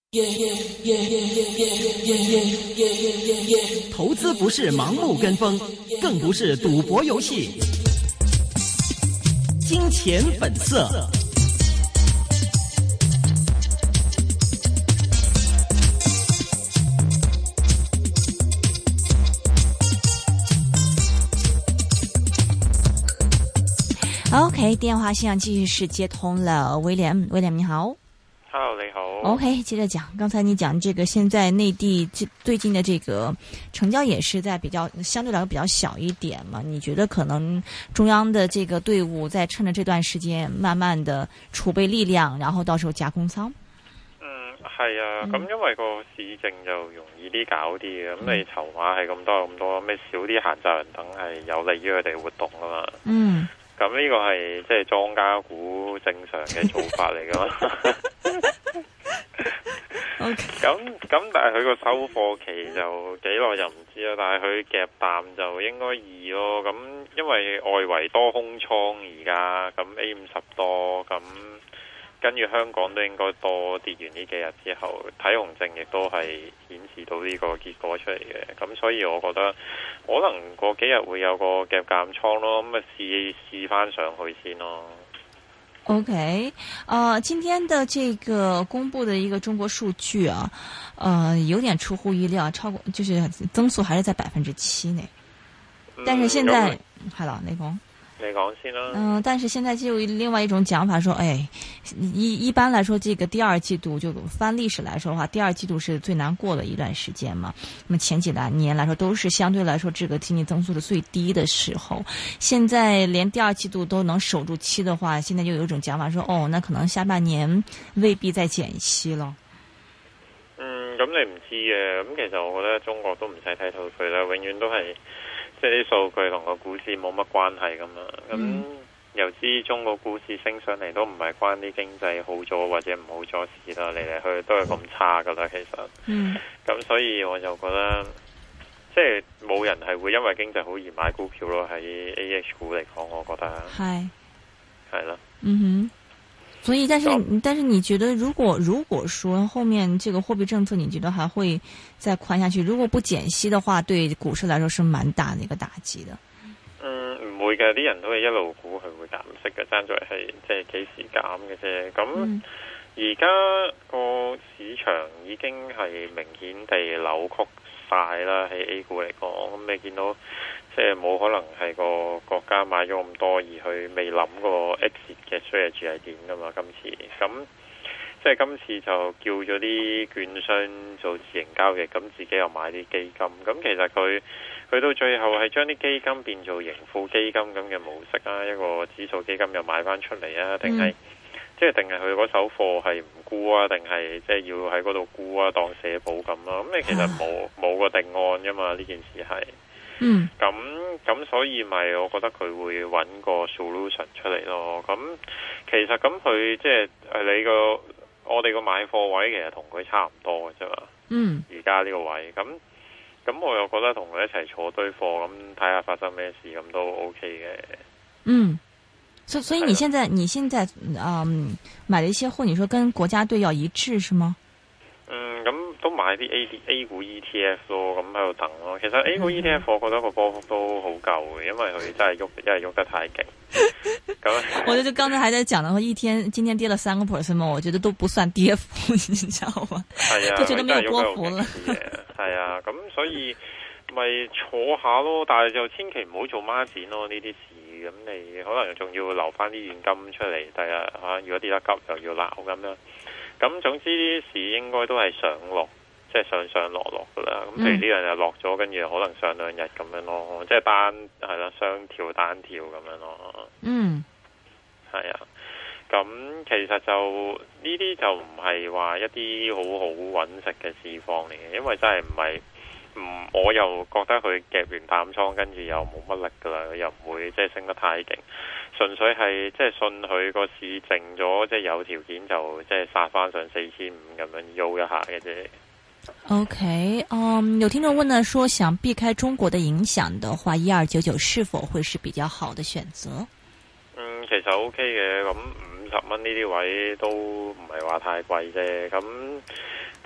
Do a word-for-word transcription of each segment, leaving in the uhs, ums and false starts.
投资不是盲目跟风，更不是赌博游戏。金钱本色。 OK， 电话线上继续是接通了威廉，威廉你好。 Hello， 你好。 OK， 接着讲，刚才你讲这个现在内地最近的这个成交也是在比较相对来说比较小一点嘛？你觉得可能中央的这个队伍在趁着这段时間慢慢的儲備力量，然後到時候加空倉？ 嗯，係啊，咁、嗯、因為個市政就容易啲搞啲嘅，咁、嗯、你籌碼係咁多咁多，咩少啲閒雜人等係有利於佢哋活動噶嘛？嗯。咁呢個係即係莊家股正常嘅做法嚟噶嘛？OK。咁咁，但係佢個收貨期就幾耐就唔知啦。但係佢夾淡就應該易咯。咁因為外圍多空倉而家，咁 A 五十多，咁跟住香港都應該多，跌完呢幾日之後，睇紅證亦都係顯示到呢個結果出嚟嘅。咁所以我覺得可能過幾日會有個夾減倉咯，咁啊試試翻上去先咯。 OK， 呃，今天的這個公布的一個中國數據啊，呃，有點出乎意料，超過就是增速還是在百分之七內，但是現在係啦，你講。 你講先啦。 嗯，但是現在就有另外一種講法說，哎，一一般來說，這個第二季度就翻歷史來說的話，第二季度是最難過的一段時間嘛。那麼前幾年來說，都是相對來說這個經濟增速是最低的時候。現在連第二季度都能守住七的話，現在就有一種講法說，哦，那可能下半年未必再減息了。 嗯，咁你唔知嘅，咁其實我覺得中國都唔使睇透佢啦，永遠都係。即係啲數據同個股市冇乜關係咁嘛，咁、嗯、由之中個股市升上嚟都唔係關啲經濟好咗或者唔好咗事啦，嚟嚟去去都係咁差噶啦，其實。嗯。咁所以我就覺得，即係冇人係會因為經濟好而買股票咯，喺 A H 股嚟講，我覺得。係。係啦。嗯哼。 所以，但是，但是，你覺得如果如果說後面這個貨幣政策，你覺得還會再寬下去？如果不減息的話，對股市來說是蠻大的一個打擊的。 嗯，唔會嘅，啲人都係一路估佢會減息嘅，爭在係即係幾時減嘅啫。咁而家個市場已經係明顯地扭曲晒啦，喺 A 股嚟講，咁你見到。即係冇可能係個國家買咗咁多，而佢未諗過 exit 嘅 strategy 係點噶嘛？今次咁即係今次就叫咗啲券商做自營交易，咁自己又買啲基金。咁其實佢佢到最後係將啲基金變做盈富基金咁嘅模式啊，一個指數基金又買翻出嚟啊，定係、嗯、即係定係佢嗰手貨係唔沽啊，定係即係要喺嗰度沽啊，當社保咁咯。咁你其實冇冇個定案噶嘛？呢件事係。嗯，咁咁所以咪我覺得佢會揾個 solution 出嚟咯。咁其實咁佢即係誒你個我哋個買貨位其實同佢差唔多嘅啫嘛。嗯，而家呢個位咁咁我又覺得同佢一齊坐堆貨咁睇下發生咩事咁都 OK 嘅。嗯， 所所以你現在你現在嗯買了一些貨，你說跟國家隊要一致是嗎？ 嗯，咁都買啲 A A 股 E T F 咯，咁喺度等咯。其實 A 股 E T F 我覺得個波幅都好夠嘅，因為佢真係喐，真係喐得太勁。咁， 我覺得剛才還在講的話，一天今天跌了三個 percent 嘛，我覺得都不算跌幅，你知道嗎？ 係啊， 就覺得沒有波幅了。 係啊，咁所以咪坐下咯，但係就千祈唔好做孖展咯，呢啲事。咁你可能仲要留翻啲現金出嚟，第日嚇如果跌得急又要鬧咁樣。咁總之啲市應該都係上落，即係上上落落噶啦。咁譬如呢樣就落咗，跟住可能上兩日咁樣咯，即係單係啦，雙跳單跳咁樣咯。嗯，係啊。咁其實就呢啲就唔係話一啲好好揾食嘅市況嚟嘅，因為真係唔係，唔我又覺得佢夾完淡倉，跟住又冇乜力噶啦，又唔會即係升得太勁。純粹係即係信佢個市靜咗，即係有條件就即係殺翻上四千五咁樣悠一下嘅啫。 OK， 嗯、um, 有聽眾問呢，說想避開中國的影響的話，一二九九是否會是比較好的選擇？ 嗯，其實 OK 嘅，咁五十蚊呢啲位都唔係話太貴啫，咁。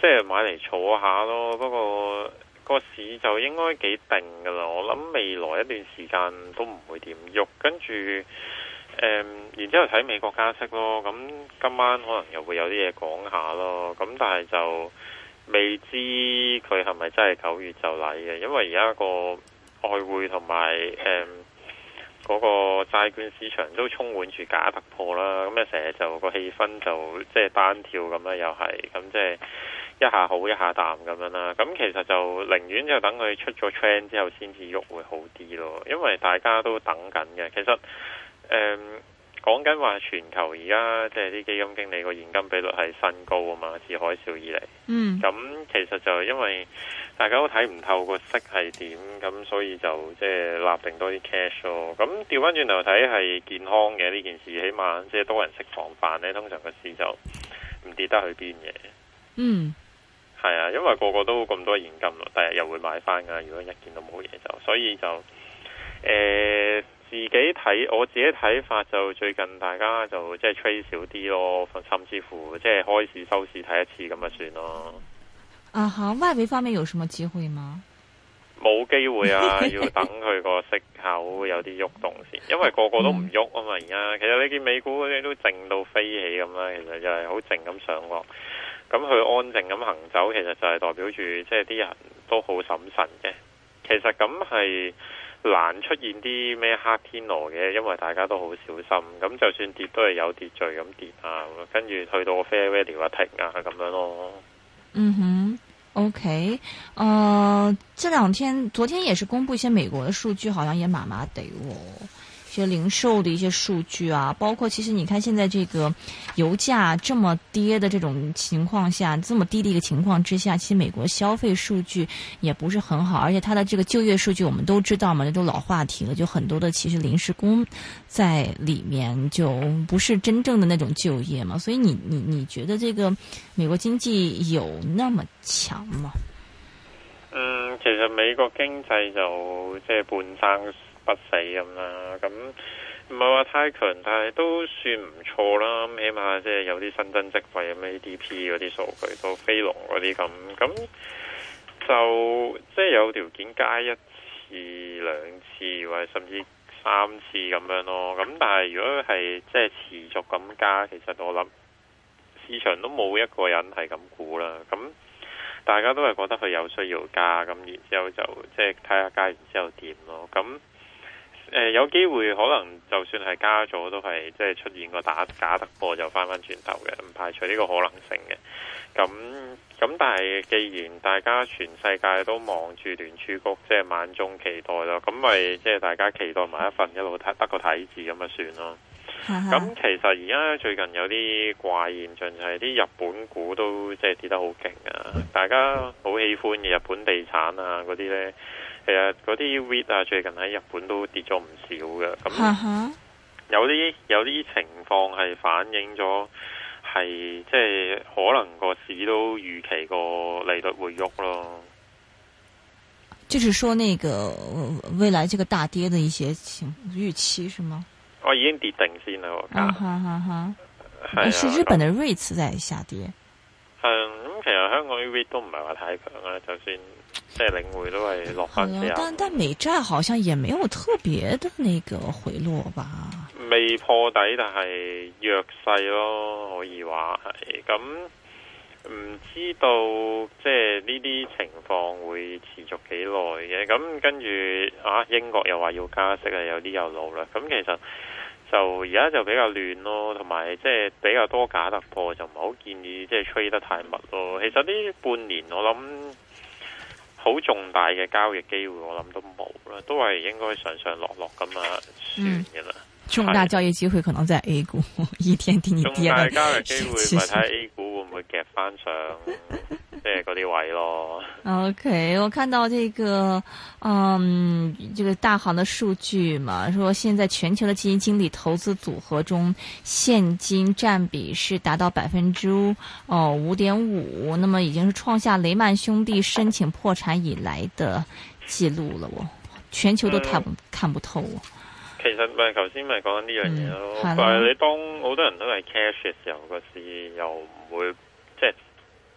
即係買嚟坐下咯。不過個市就應該幾定噶啦，我諗未來一段時間都唔會點喐，跟住誒，然之後睇美國加息咯。咁今晚可能又會有啲嘢講下咯。咁但係就未知佢係咪真係九月就嚟嘅，因為而家個外匯同埋誒嗰個債券市場都充滿住假突破啦。咁啊成日就個氣氛就即係單跳咁啦，又係咁即係一下好一下淡咁樣啦。咁其實就寧願就等佢出咗 trend 之後先至喐會好啲咯，因為大家都等緊嘅。其實誒講緊話全球而家即係啲基金經理個現金比率係新高啊嘛，自海嘯以嚟。嗯。咁其實就因為大家都睇唔透個息係點，咁所以就即係立定多啲 cash 咯。咁調翻轉頭睇係健康嘅呢件事，起碼即係多人食防範咧，通常個市就唔跌得去邊嘅。 嗯。係啊，因為個個都咁多現金咯，第日又會買翻噶。如果一見到冇嘢就，所以就誒。呃自己睇，我自己睇法就最近大家就即係 trade 少啲咯，甚至乎即係開市收市睇一次咁就算咯。 啊哈，外圍方面有什麼機會嗎？ 冇機會啊，要等佢個息口有啲喐動先，因為個個都唔喐啊嘛。而家其實你見美股嗰啲都靜到飛起咁啦，其實就係好靜咁上落。咁佢安靜咁行走，其實就係代表住即係啲人都好審慎嘅。其實咁係難出現啲咩黑天鵝嘅，因為大家都好小心。咁就算跌都係有秩序咁跌啊，跟住去到個 fair value 啊停啊咁樣咯。 嗯哼 ，OK，呃，這兩天昨天也是公布一些美國的數據，好像也麻麻地哦。一些零售的一些數據啊，包括其實你看現在這個油價這麼跌的這種情況下，這麼低的一個情況之下，其實美國消費數據也不是很好，而且它的這個就業數據我們都知道嘛，這都老話題了，就很多的其實臨時工在裏面就不是真正的那種就業嘛，所以你你你覺得這個美國經濟有那麼強嗎？ 嗯，其實美國經濟就即係半生不死咁啦，咁唔係話太強，但係都算唔錯啦。起碼即係有啲新增職位咁 A D P 嗰啲數據都非農嗰啲咁，咁就即係有條件加一次、兩次或者甚至三次咁樣咯。咁但係如果係即係持續咁加，其實我諗市場都冇一個人係咁估啦。咁大家都係覺得佢有需要加，咁然之後就即係睇下加完之後點咯。咁誒、呃，有機會可能就算係加咗，都係即係出現個打假突破就翻翻轉頭嘅，唔排除呢個可能性嘅。咁咁，但係既然大家全世界都望住聯儲局，即係萬眾期待咯，咁咪即係大家期待埋一份一路睇得個睇字咁就算咯。咁其實而家最近有啲怪現象，就係啲日本股都即係跌得好勁啊！大家好喜歡嘅日本地產啊嗰啲呢。其實嗰啲 R E I T 啊，最近喺日本都跌咗唔少嘅。咁有啲有啲情況係反映咗，係即係可能個市都預期個利率會喐咯。 就是說，那個未來這個大跌的一些情預期是嗎？ 我已經跌定先啦，我哈哈哈！係是日本的 R E I T 在下跌。 係咁，其實香港啲 R E I T 都唔係話太強啦，就算。即係領匯都係落翻啲啊！ 但但美債好像也沒有特別的那個回落吧？ 未破底，但係弱勢咯，可以話係。咁唔知道即係呢啲情況會持續幾耐嘅？咁跟住啊，英國又話要加息啊，有啲又老啦。咁其實就而家就比較亂咯，同埋即係比較多假突破，就唔係好建議即係吹得太密咯。其實呢半年我諗。好重大嘅交易機會，我諗都冇啦，都係應該上上落落咁啊，算嘅啦。 重大交易機會可能在 A 股，一天跌你跌。 重大交易機會咪睇 A 股會唔會夾翻上，即係嗰啲位咯。 OK， 我看到這個，嗯，這個大行的數據嘛，說現在全球的基金經理投資組合中，現金佔比是達到百分之哦五點五，那麼已經是創下雷曼兄弟申請破產以來的記錄了哦，全球都看不、嗯、看不透哦。 其實咪頭先咪講緊呢樣嘢咯，但係、嗯、你當好多人都係 cash 嘅時候，個市又唔會即係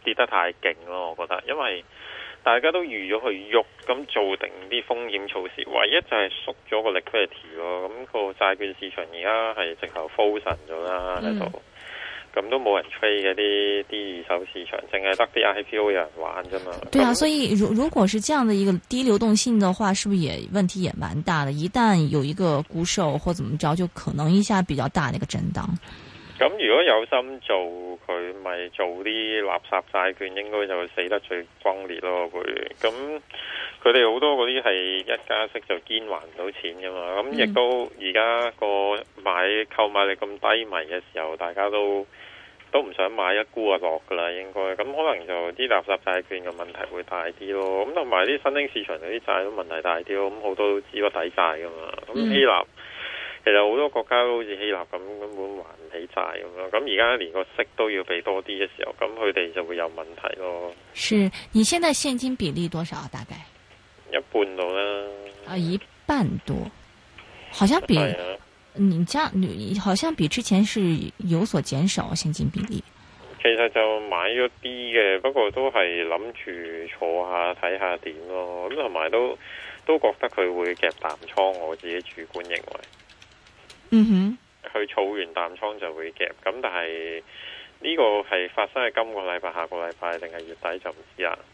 跌得太勁咯，我覺得，因為大家都預咗去喐，咁做定啲風險措施，唯一就係縮咗個 liquidity 咯，咁個債券市場而家係直頭 frozen 咗啦喺度。咁都冇人吹嘅啲啲二手市場，淨係得啲 I P O 有人玩啫嘛。 對啊，所以如如果是這樣的一個低流動性的話，是不是也問題也蠻大的？一旦有一個沽售或怎麼着，就可能一下比較大的一個震盪。 咁如果有心做，佢咪做啲垃圾債券，應該就死得最轟烈咯。會咁佢哋好多嗰啲係一加息就堅還唔到錢噶嘛。咁亦都而家個買購買力咁低迷嘅時候，大家都都唔想買一沽就落噶啦，應該咁可能就啲垃圾債券嘅問題會大啲咯。咁同埋啲新興市場嗰啲債都問題大啲咯。咁好多都知個抵債噶嘛。咁希臘、嗯、其實好多國家都好似希臘咁根本還唔起債咁樣。咁而家連個息都要俾多啲嘅時候，咁佢哋就會有問題咯。 是你現在現金比例多少？大概一半到啦。 啊，一半多，好像比。你這樣，你好像比之前是有所減少現金比例。 其實就買咗啲嘅，不過都係諗住坐下睇下點咯。咁同埋都都覺得佢會夾淡倉，我自己主觀認為。 嗯哼， 佢儲完淡倉就會夾。咁但係呢個係發生喺今個禮拜、下個禮拜定係月底就唔知啦。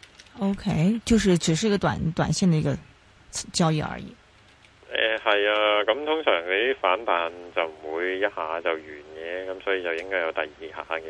OK，就是只是一個短短線的一個交易而已。 誒係啊，咁通常嗰啲反彈就唔會一下就完嘅，咁所以就應該有第二下嘅。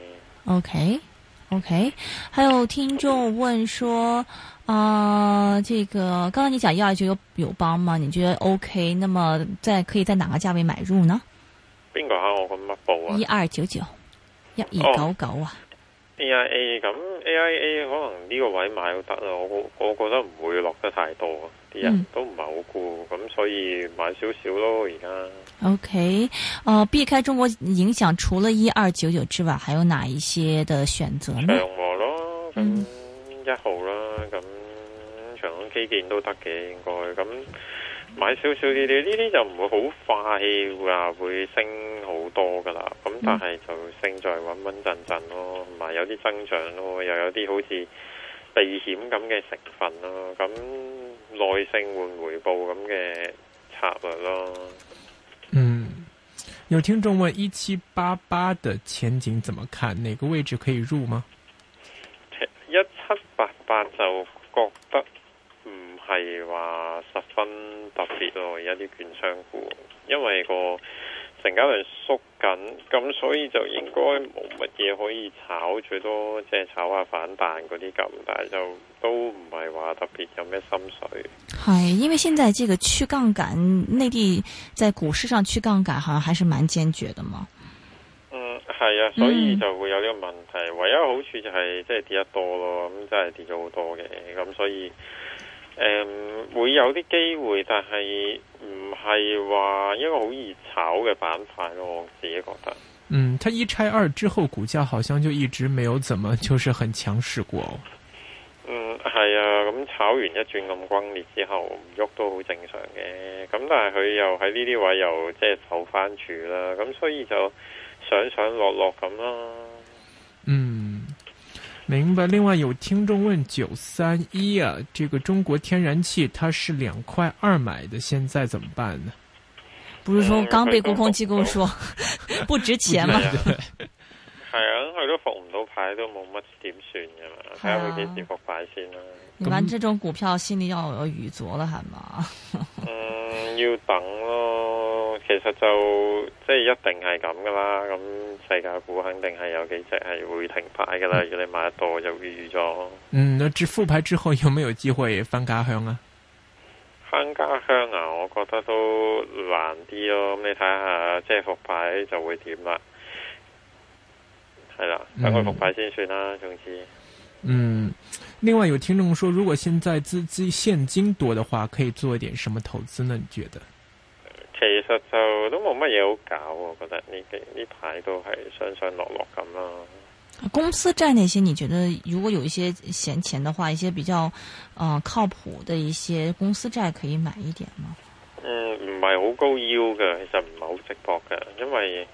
OK OK， 還有聽眾問說，啊、呃，這個剛剛你講一二九有友邦嗎？你覺得 OK？那麼在可以在哪個價位買入呢？ 邊個啊？我咁乜報啊？ 一二九九，一二九九啊。 A I A 咁 A I A 可能呢個位買都得啦，我我覺得唔會落得太多，啲人都唔係好沽，咁、嗯、所以買少少咯而家。OK， 呃，避開中國影響，除了一二九九之外，還有哪一些的選擇呢？ 長和咯，咁一號啦，咁長江基建都得嘅，應該咁買少少呢啲，呢啲就唔會好快話會升好多噶啦，咁但係就勝在穩穩陣陣咯，同埋有啲增長咯，又有啲好似避險咁嘅成分咯，咁耐性換回報咁嘅策略咯。 嗯，有聽眾問一七八八的前景怎麼看？哪個位置可以入嗎？ 一七八八就覺得唔係話十分特別咯，而家啲券商股，因為個成交量縮緊，咁所以就應該冇乜嘢可以炒，最多即係炒下反彈嗰啲咁，但係就都唔係話特別有咩心水。 係，因為現在這個去槓桿，內地在股市上去槓桿，好像還是蠻堅決的嘛。 嗯，係啊，所以就會有呢個問題。嗯、唯一好處就係即係跌得多咯，咁真係跌咗好多嘅，咁所以。誒、嗯，會有啲機會，但係唔係話一個好易炒嘅板塊咯，我自己覺得。 嗯，它一拆二之後，股價好像就一直沒有怎麼就是很強勢過。 嗯，係啊，咁炒完一轉咁轟烈之後唔喐都好正常嘅，咁但係佢又喺呢啲位又即係走翻住啦，咁所以就上上落落咁啦。嗯。 明白。另外有聽眾問九三一啊，這個中國天然氣它是兩塊二買的，現在怎麼辦呢？ 不是說剛被沽空機構說不值錢嗎？ 係啊，佢都復唔到牌，都冇乜點算噶嘛，睇下佢幾時復牌先啦。 你玩這種股票心裏要有餘額了係嘛？ 嗯，要等咯。其實就即係一定係咁噶啦。咁世界股肯定係有幾隻係會停牌噶啦。如果你買得多就預咗。嗯， 那至復牌之後有沒有機會翻家鄉啊？ 翻家鄉啊，我覺得都難啲咯。咁你睇下，即係復牌就會點啦。係啦，等佢復牌先算啦。總之， 嗯，另外有聽眾說，如果現在資資現金多的話，可以做一點什麼投資呢？你覺得？ 其實就都冇乜嘢好搞，我覺得呢幾呢排都係上上落落咁啦。 公司債那些，你覺得如果有一些閒錢的話，一些比較，呃，靠譜的一些公司債可以買一點嗎？ 嗯，唔係好高腰嘅，其實唔係好值博嘅，因為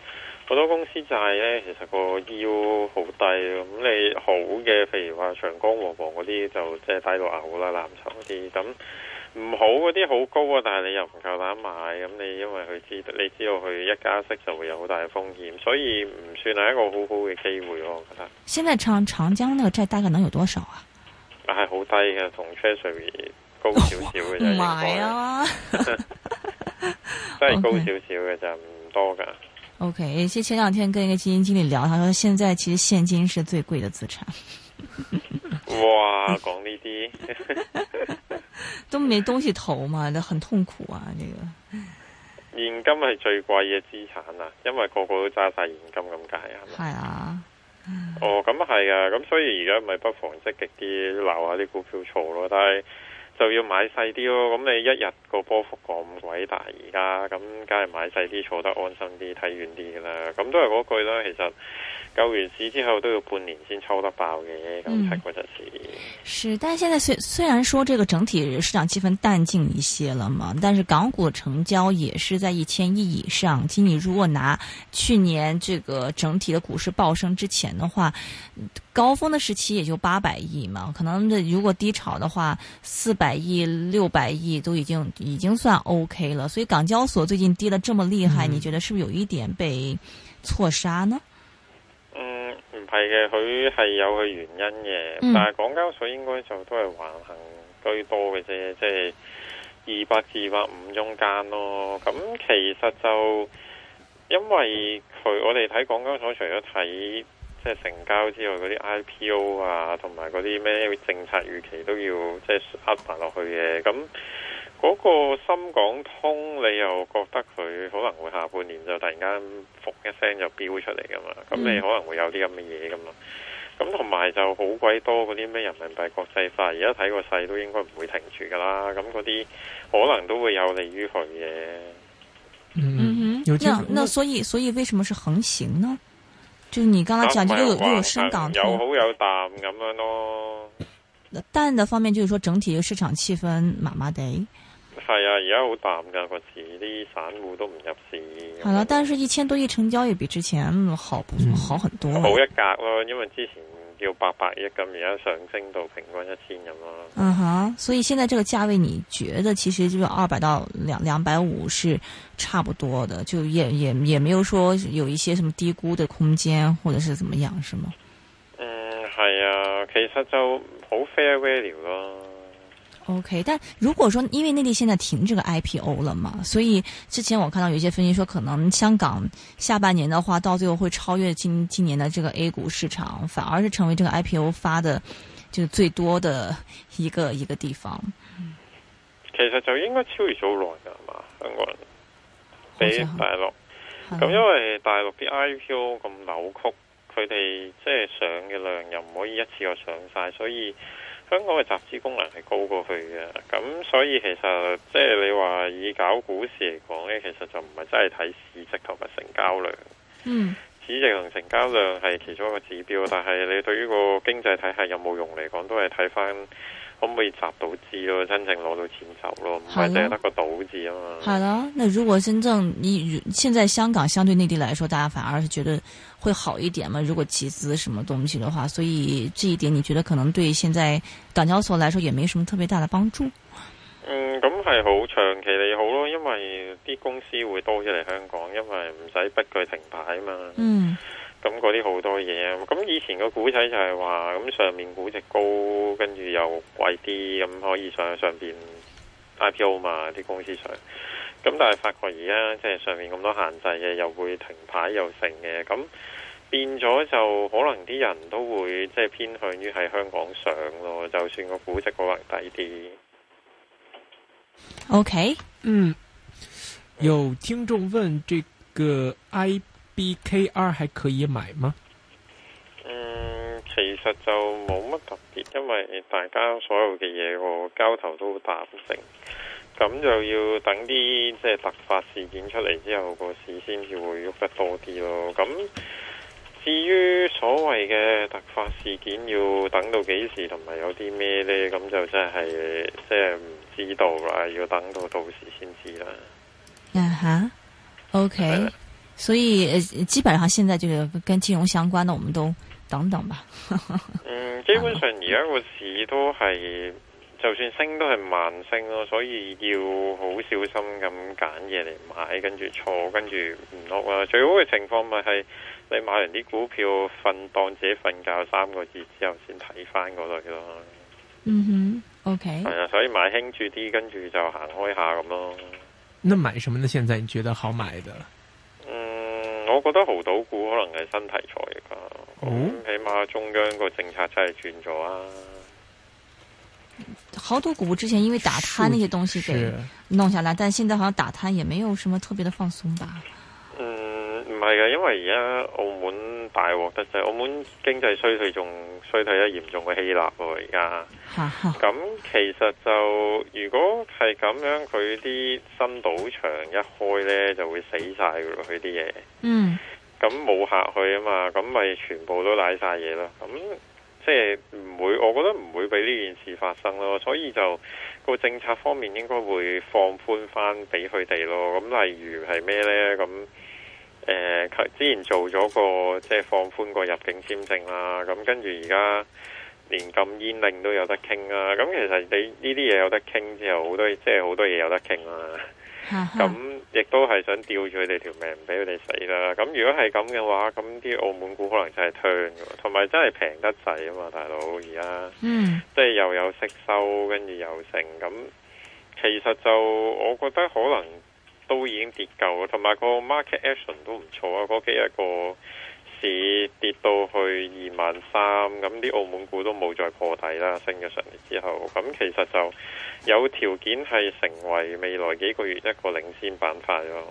好多公司債咧，其實個腰好低，咁你好嘅，譬如話長江和黃嗰啲就即係低到嘔啦，藍籌嗰啲，咁唔好嗰啲好高啊，但係你又唔夠膽買，咁你因為佢知你知道佢一加息就會有好大嘅風險，所以唔算係一個好好嘅機會咯，我覺得。 現在長長江那個債大概能有多少啊？ 係好低嘅，同 Treasury 高少少嘅啫， 唔係啊， 真係高少少嘅就唔多噶。 OK， 其實前兩天跟一個基金經理聊，他說現在其實現金是最貴的資產。 哇，講呢啲都沒東西投嘛，都很痛苦啊！這個現金係最貴嘅資產啊，因為個個都揸晒現金咁解啊。 係啊。 哦，咁係噶，咁所以而家咪不妨積極啲撈下啲股票錯咯，但係就要買細啲咯。咁你一日個波幅咁鬼大，而家咁梗係買細啲，坐得安心啲，睇遠啲噶啦。咁都係嗰句啦，其實救完市之後都要半年先抽得爆嘅，咁七嗰陣時。 是，但是現在雖雖然說這個整體市場氣氛淡靜一些了嘛，但是港股成交也是在一千億以上。其實你如果拿去年這個整體的股市暴升之前的話，高峰的時期也就八百億嘛，可能如果低潮的話，四百億、六百億都已經已經算 OK 了。所以港交所最近跌得這麼厲害，嗯、你覺得是不是有一點被錯殺呢？ 嗯，唔係嘅，佢係有佢原因嘅，嗯、但係港交所應該就都係橫行居多嘅啫，即係二百至二百五中間咯。咁其實就因為佢，我哋睇港交所除咗睇即係成交之外，嗰啲 I P O 啊，同埋嗰啲咩政策預期都要即係壓埋落去嘅。咁嗰個深港通，你又覺得佢可能會下半年就突然間復一聲就飆出嚟噶嘛？咁、嗯、你可能會有啲咁嘅嘢噶嘛？咁同埋就好鬼多嗰啲咩人民幣國際化，而家睇個勢都應該唔會停住噶啦。咁嗰啲可能都會有利於佢嘅。 嗯哼，那那所以所以為什麼是橫行呢？就你剛才講，就又有又有深港通， 有好有淡咁樣咯。 淡的方面就是說整體嘅市場氣氛麻麻地。 係啊，而家好淡噶個市，啲散戶都唔入市。 好啦，但是一千多億成交也比之前好不、嗯、好很多。 好一格咯，因為之前要八百億咁，而家上升到平均一千咁咯。 嗯哼，所以現在這個價位，你覺得其實就是二百到兩兩百五是差不多的，就也也也沒有說有一些什麼低估的空間，或者是怎麼樣，是嗎？ 嗯，係啊，其實就好 fair value 咯。 OK， 但如果說因為內地現在停這個 I P O 了嘛，所以之前我看到有一些分析說，可能香港下半年的話，到最後會超越今今年的這個 A 股市場，反而是成為這個 I P O 發的就最多的一個一個地方。 其實就應該超越咗好耐噶嘛，香港人比大陸。咁因為大陸啲 I P O 咁扭曲，佢哋即係上嘅量又唔可以一次過上晒，所以香港嘅集資功能係高過佢嘅，咁所以其實即係你話以搞股市嚟講咧，其實就唔係真係睇市值同埋成交量。嗯，市值同成交量係其中一個指標，但係你對於個經濟體系有冇用嚟講，都係睇翻可唔可以集到資咯，真正攞到錢走咯，唔係淨係得個賭字啊嘛。係啦， 那如果真正你現在香港相對內地來說，大家反而是覺得會好一點嘛？如果集資什麼東西的話，所以這一點你覺得可能對現在港交所來說也沒什麼特別大的幫助。 嗯，咁係好長期利好咯，因為啲公司會多咗嚟香港，因為唔使逼佢停牌嘛。嗯。咁嗰啲好多嘢，咁以前個股仔就係話，咁上面估值高，跟住又貴啲，咁可以上上邊 I P O 嘛，啲公司上。咁但係發覺而家即係上面咁多限制嘅，又會停牌又成嘅，咁變咗就可能啲人都會即係偏向於喺香港上咯，就算個估值可能低啲。OK， 嗯，有聽眾問這個 I B K R 還可以買嗎？ 嗯，其實就冇乜特別，因為大家所有嘅嘢個交投都好淡靜，咁就要等啲即係突發事件出嚟之後，個市先至會喐得多啲咯。咁至於所謂嘅突發事件要等到幾時，同埋有啲咩呢？咁就真係即係唔知道啦，要等到到時先知啦。 啊哈，OK。 所以呃基本上現在這個跟金融相關的，我們都等等吧。 嗯，基本上而家個市都係，就算升都係慢升咯，所以要好小心咁揀嘢嚟買，跟住坐，跟住唔碌啦。最好嘅情況咪係你買完啲股票瞓，當自己瞓覺三個字之後先睇翻嗰類咯。 嗯哼 ，OK。係啊，所以買輕住啲，跟住就行開下咁咯。 那買什麼呢？現在你覺得好買的？ 嗯，我覺得濠賭股可能係新題材噶。咁、哦、起碼中央個政策真係轉咗啊。 濠賭股之前因為打貪那些東西給弄下來，但現在好像打貪也沒有什麼特別的放鬆吧？嗯， 唔係嘅，因為而家澳門大鑊得滯，澳門經濟衰退仲衰退得嚴重過希臘喎而家。咁其實就如果係咁樣，佢啲新賭場一開呢就會死晒㗎咯，佢啲嘢。嗯。咁冇客去啊嘛，咁咪全部都瀨晒嘢咯。咁即係唔會，我覺得唔會俾呢件事發生咯。所以就個政策方面應該會放寬翻俾佢哋咯。咁例如係咩呢？咁誒、呃，之前做咗個即係放寬個入境簽證啦。咁跟住而家連禁煙令都有得傾啊。咁其實你呢啲嘢有得傾之後，好多即係好多嘢有得傾啦。咁亦都係想吊住佢哋條命，唔俾佢哋死啦。咁如果係咁嘅話，咁啲澳門股可能真係 turn 嘅，同埋真係平得滯啊嘛，大佬而家，嗯，即係又有息收，跟住又成。咁其實就我覺得可能都已經跌夠，同埋個 market action 都唔錯啊。嗰幾日個市跌到去二萬三，咁啲澳門股都冇再破底啦，升咗上嚟之後，咁其實就有條件係成為未來幾個月一個領先板塊咯。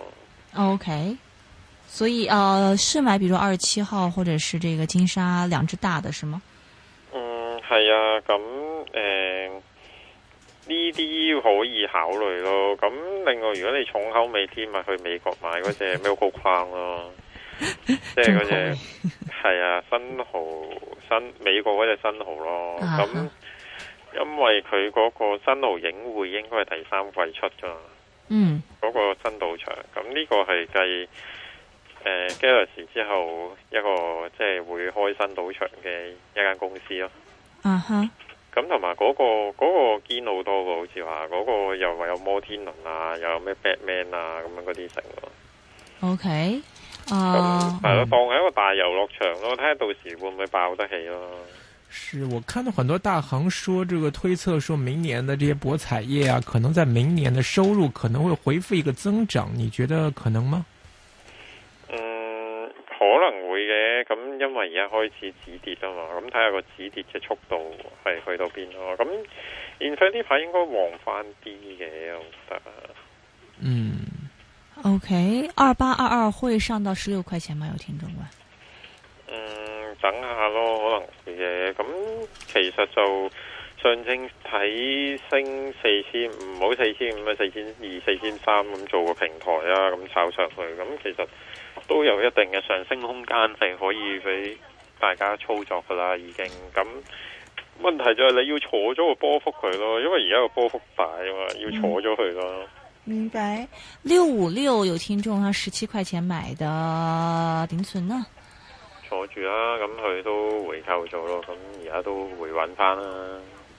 OK， 所以呃，是買，比如二十七號或者是這個金沙兩隻大的，是嗎？ 嗯，係啊，咁誒呢啲可以考慮咯。咁另外，如果你重口味添，咪去美國買嗰隻 Milk Crown 咯。即係嗰隻係啊，新蠔新美國嗰隻新蠔咯。咁、uh-huh. 因為佢嗰個新蠔影會應該係第三季出噶嘛。嗯，嗰個新賭場，咁呢個係繼誒 Galaxy 之後一個即係會開新賭場嘅一間公司咯。啊哈。咁同埋嗰個嗰、嗰個堅好多嘅，好似話嗰個又話有摩天輪啊，又有咩 Batman 啊咁樣嗰啲成咯。OK。咁係咯，當係一個大遊樂場咯，睇下到時會唔會爆得起咯。 是我看到很多大行說，這個推測說明年的這些博彩業啊，可能在明年的收入可能會恢復一個增長，你覺得可能嗎？ 嗯，可能會嘅，咁因為而家開始止跌啊嘛，咁睇下個止跌嘅速度係去到邊咯。咁現在呢排應該旺翻啲嘅，我覺得。 嗯。OK， 二八二二會上到十六塊錢嗎？有聽眾問。 嗯，等下咯，可能會嘅。咁其實就上證睇升四千五，唔好四千五啊，四千二、四千三咁做個平台啊，咁炒上去。咁其實都有一定嘅上升空間，係可以俾大家操作噶啦，已經。咁問題就係你要坐咗個波幅佢咯，因為而家個波幅大啊嘛，要坐咗佢咯。嗯明白。 六五六有聽眾，他十七塊錢買的點存呢？ 坐住啦，咁佢都回購咗咯，咁而家都回穩翻啦。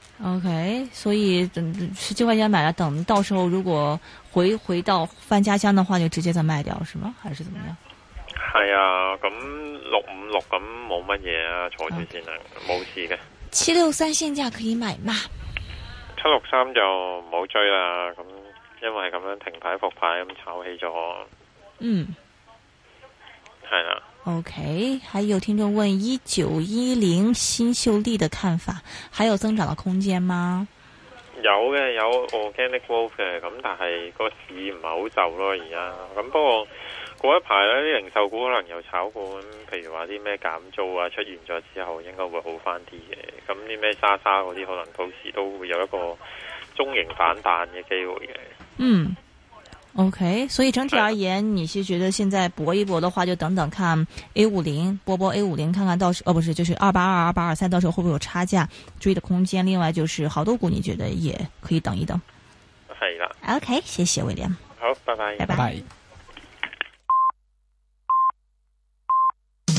OK， 所以等十七塊錢買了，等到時候如果回回到翻家鄉的話，就直接再賣掉，是嗎？還是怎麼樣？ 係啊，咁六五六咁冇乜嘢啊，坐住先啦，冇事嘅。 七六三現價可以買嗎？ 七六三就唔好追啦，咁。因為咁樣停牌復牌咁炒起咗，嗯，係啦。 OK，還有聽眾問一九一零新秀麗的看法，還有增長的空間嗎？ 有嘅，有 organic growth 嘅，咁但係個市唔係好就咯而家。咁不過過一排咧，啲零售股可能又炒過，咁譬如話啲咩減租啊出現咗之後，應該會好翻啲嘅。咁啲咩莎莎嗰啲，可能到時都會有一個中型反彈嘅機會嘅。 嗯 ，OK， 所以整體而言，你是覺得現在搏一搏的話，就等等看 A 五十，搏搏 A 五十，看看到時，哦，不是，就是二八二、二八二三，到時候會不會有差價追的空間？另外就是好多股，你覺得也可以等一等。 係啦。 OK，謝謝威廉。 好，拜拜。 拜拜。